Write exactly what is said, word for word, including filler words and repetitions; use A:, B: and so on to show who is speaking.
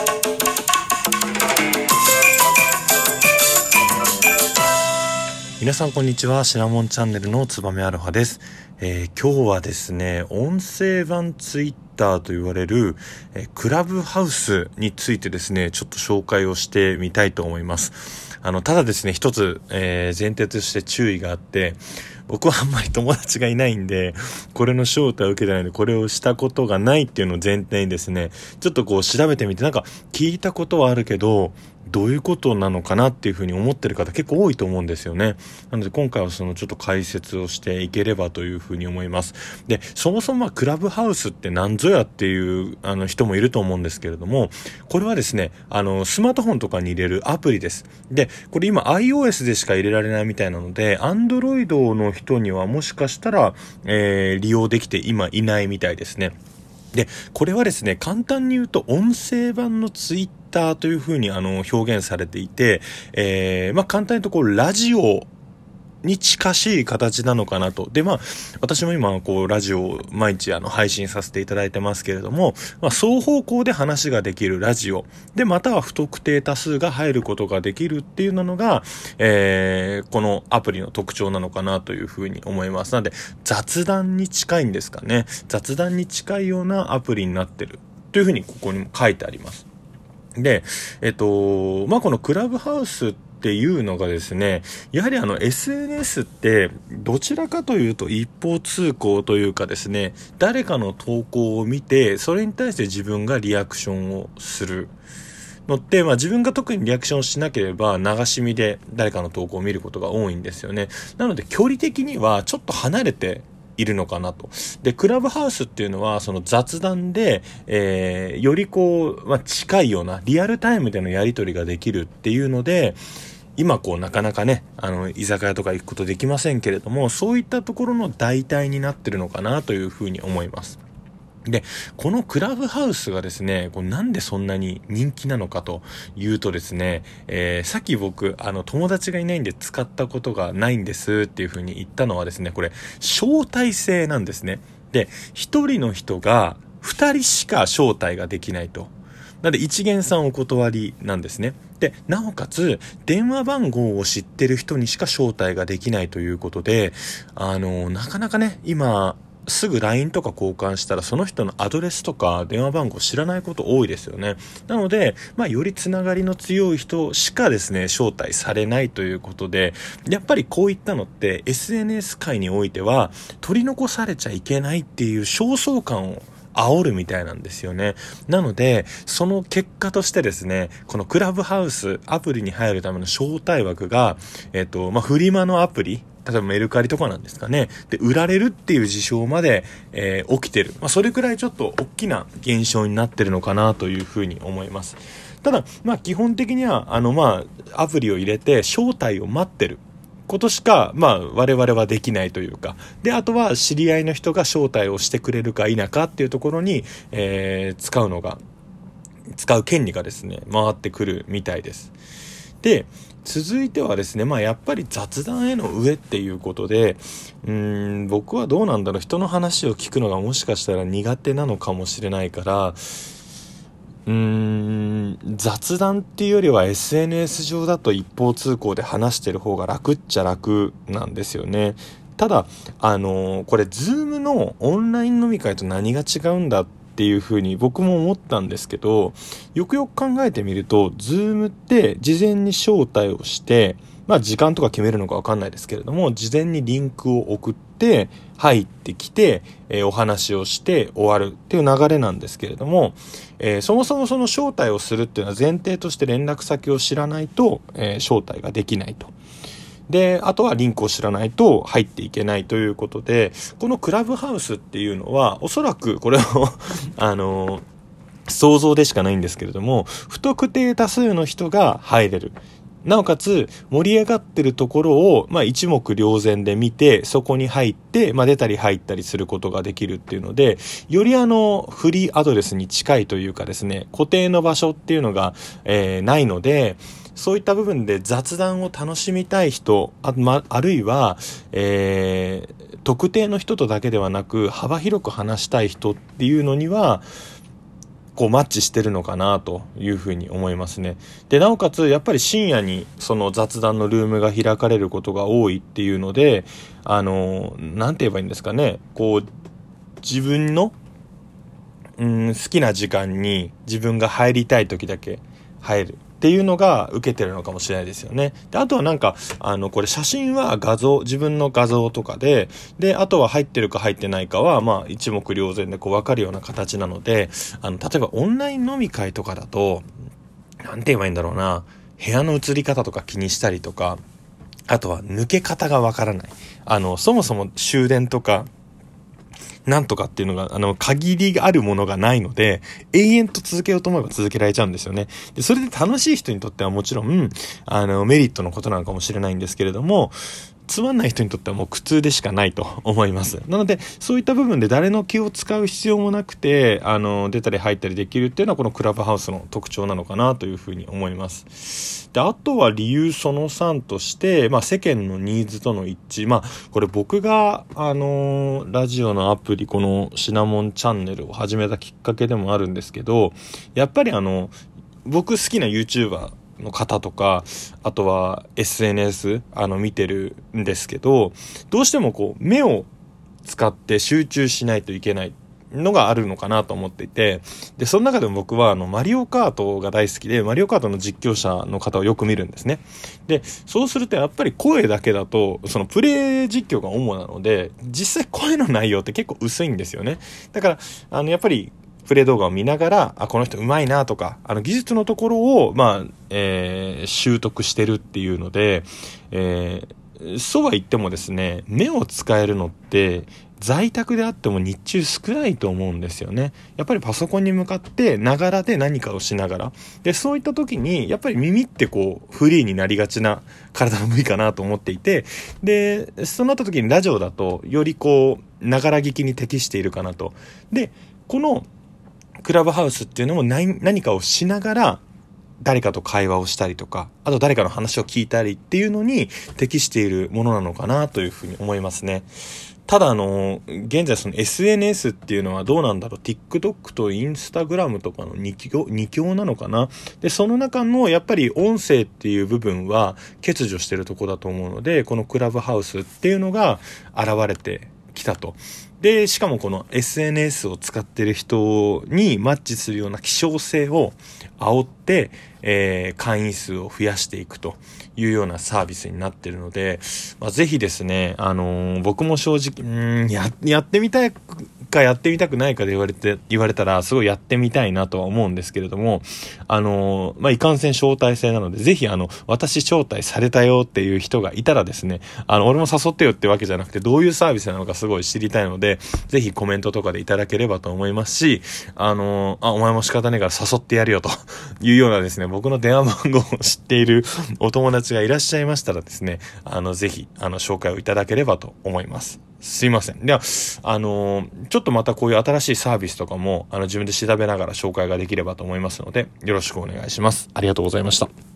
A: 皆さんこんにちは。シナモンチャンネルのつばめアロハです。えー、今日はですね、音声版ツイッターと言われる、えー、クラブハウスについてですね、ちょっと紹介をしてみたいと思います。あのただですね、一つ、えー、前提として注意があって、僕はあんまり友達がいないんで、これの招待を受けてないので、これをしたことがないっていうのを前提にですね、ちょっとこう調べてみて、なんか聞いたことはあるけど、どういうことなのかなっていうふうに思ってる方結構多いと思うんですよね。なので今回はそのちょっと解説をしていければというふうに思います。で、そもそもクラブハウスって何ぞやっていうあの人もいると思うんですけれども、これはですね、あのスマートフォンとかに入れるアプリです。で、これ今 iOS でしか入れられないみたいなので、Android の人にはもしかしたら、えー、利用できて今いないみたいですね。で、これはですね、簡単に言うと音声版のツイッターというふうにあの表現されていて、えー、まあ簡単に言うとこうラジオに近しい形なのかなと。で、まあ、私も今、こう、ラジオを毎日あの配信させていただいてますけれども、まあ、双方向で話ができるラジオ。で、または不特定多数が入ることができるっていうのが、えー、このアプリの特徴なのかなというふうに思います。なので、雑談に近いんですかね。雑談に近いようなアプリになってるというふうにここにも書いてあります。で、えっと、まあ、このクラブハウスってっていうのがですね、やはりあの エスエヌエス ってどちらかというと一方通行というかですね、誰かの投稿を見てそれに対して自分がリアクションをするのって、まあ自分が特にリアクションしなければ流し見で誰かの投稿を見ることが多いんですよね。なので距離的にはちょっと離れているのかなと。で、クラブハウスっていうのはその雑談で、えー、よりこう、まあ、近いようなリアルタイムでのやり取りができるっていうので、今こうなかなかね、あの居酒屋とか行くことできませんけれども、そういったところの代替になってるのかなというふうに思います。で、このクラブハウスがですね、こうなんでそんなに人気なのかというとですね、えー、さっき僕あの友達がいないんで使ったことがないんですっていうふうに言ったのはですね、これ招待制なんですね。で、一人の人が二人しか招待ができないと。なので一元さんお断りなんですね。で、なおかつ電話番号を知ってる人にしか招待ができないということで、あのなかなかね、今すぐ ライン とか交換したらその人のアドレスとか電話番号知らないこと多いですよね。なので、まあ、よりつながりの強い人しかですね、招待されないということで、やっぱりこういったのって エスエヌエス 界においては取り残されちゃいけないっていう焦燥感を煽るみたいなんですよね。なので、その結果としてですね、このクラブハウス、アプリに入るための招待枠が、えっと、まあ、フリマのアプリ、例えばメルカリとかなんですかね。で、売られるっていう事象まで、えー、起きてる。まあ、それくらいちょっと大きな現象になってるのかなというふうに思います。ただ、まあ、基本的には、あの、まあ、アプリを入れて招待を待ってることしか、まあ、我々はできないというか。で、あとは知り合いの人が招待をしてくれるか否かっていうところに、えー、使うのが、使う権利がですね、回ってくるみたいです。で、続いてはですね、まあやっぱり雑談への上っていうことで、うーん、僕はどうなんだろう、人の話を聞くのがもしかしたら苦手なのかもしれないから、うーん、雑談っていうよりは エスエヌエス 上だと一方通行で話してる方が楽っちゃ楽なんですよね。ただ、あのー、これ Zoom のオンライン飲み会と何が違うんだっていう風に僕も思ったんですけど、よくよく考えてみると Zoom って事前に招待をして、まあ時間とか決めるのか分かんないですけれども、事前にリンクを送って入ってきて、えー、お話をして終わるっていう流れなんですけれども、えー、そもそもその招待をするっていうのは前提として連絡先を知らないと、えー、招待ができないと。で、あとはリンクを知らないと入っていけないということで、このクラブハウスっていうのはおそらくこれをあのー、想像でしかないんですけれども、不特定多数の人が入れる。なおかつ盛り上がってるところを、まあ、一目瞭然で見てそこに入って、まあ、出たり入ったりすることができるっていうので、よりあのフリーアドレスに近いというかですね、固定の場所っていうのが、えー、ないので、そういった部分で雑談を楽しみたい人、 あ, まあるいは、えー、特定の人とだけではなく幅広く話したい人っていうのには、 こうマッチしてるのかなというふうに思いますね。で、なおかつやっぱり深夜にその雑談のルームが開かれることが多いっていうので、あのなんて言えばいいんですかね、こう自分のうん好きな時間に自分が入りたい時だけ入るっていうのが受けてるのかもしれないですよね。で、あとはなんかあのこれ写真は画像、自分の画像とかで、であとは入ってるか入ってないかはまあ一目瞭然でこう分かるような形なので、あの例えばオンライン飲み会とかだとなんて言えばいいんだろうな、部屋の映り方とか気にしたりとか、あとは抜け方が分からない、あのそもそも終電とかなんとかっていうのが、あの、限りがあるものがないので、永遠と続けようと思えば続けられちゃうんですよね。で、それで楽しい人にとってはもちろん、あの、メリットのことなのかもしれないんですけれども、つまんない人にとってはもう苦痛でしかないと思います。なので、そういった部分で誰の気を使う必要もなくて、あの、出たり入ったりできるっていうのは、このクラブハウスの特徴なのかなというふうに思います。で、あとは理由そのさんとして、まあ、世間のニーズとの一致。まあ、これ僕が、あの、ラジオのアプリ、このシナモンチャンネルを始めたきっかけでもあるんですけど、やっぱりあの、僕好きな YouTuber、の方とか、あとは エスエヌエス あの見てるんですけど、どうしてもこう目を使って集中しないといけないのがあるのかなと思っていて、でその中でも僕はあのマリオカートが大好きで、マリオカートの実況者の方をよく見るんですね。でそうするとやっぱり声だけだとそのプレイ実況が主なので、実際声の内容って結構薄いんですよね。だからあのやっぱりプレイ動画を見ながら、あ、この人上手いなとか、あの技術のところを、まあ、えー、習得してるっていうので、えー、そうは言ってもですね、目を使えるのって、在宅であっても日中少ないと思うんですよね。やっぱりパソコンに向かってながらで何かをしながら。で、そういった時に、やっぱり耳ってこう、フリーになりがちな体の部位かなと思っていて、で、そうなった時にラジオだと、よりこう、ながら聞きに適しているかなと。で、この、クラブハウスっていうのも何、何かをしながら誰かと会話をしたりとか、あと誰かの話を聞いたりっていうのに適しているものなのかなというふうに思いますね。ただあの現在その エスエヌエス っていうのはどうなんだろう、 TikTok と Instagram とかの二強、二強なのかな。でその中のやっぱり音声っていう部分は欠如してるとこだと思うので、このクラブハウスっていうのが現れてきたと。でしかもこの エスエヌエス を使ってる人にマッチするような希少性を煽って、えー、会員数を増やしていくというようなサービスになっているので、まあ、ぜひですね、あのー、僕も正直うーん や, やってみたいかやってみたくないかで言われて言われたらすごいやってみたいなとは思うんですけれども、あのー、まあ、いかんせん招待制なので、ぜひあの私招待されたよっていう人がいたらですね、あの俺も誘ってよってわけじゃなくて、どういうサービスなのかすごい知りたいので、ぜひコメントとかでいただければと思いますし、あのー、あお前も仕方ねえから誘ってやるよというようなですね、僕の電話番号を知っているお友達がいらっしゃいましたらですね、あのぜひあの紹介をいただければと思います。すいません。では、あのー、ちょっとまたこういう新しいサービスとかも、あの、自分で調べながら紹介ができればと思いますので、よろしくお願いします。ありがとうございました。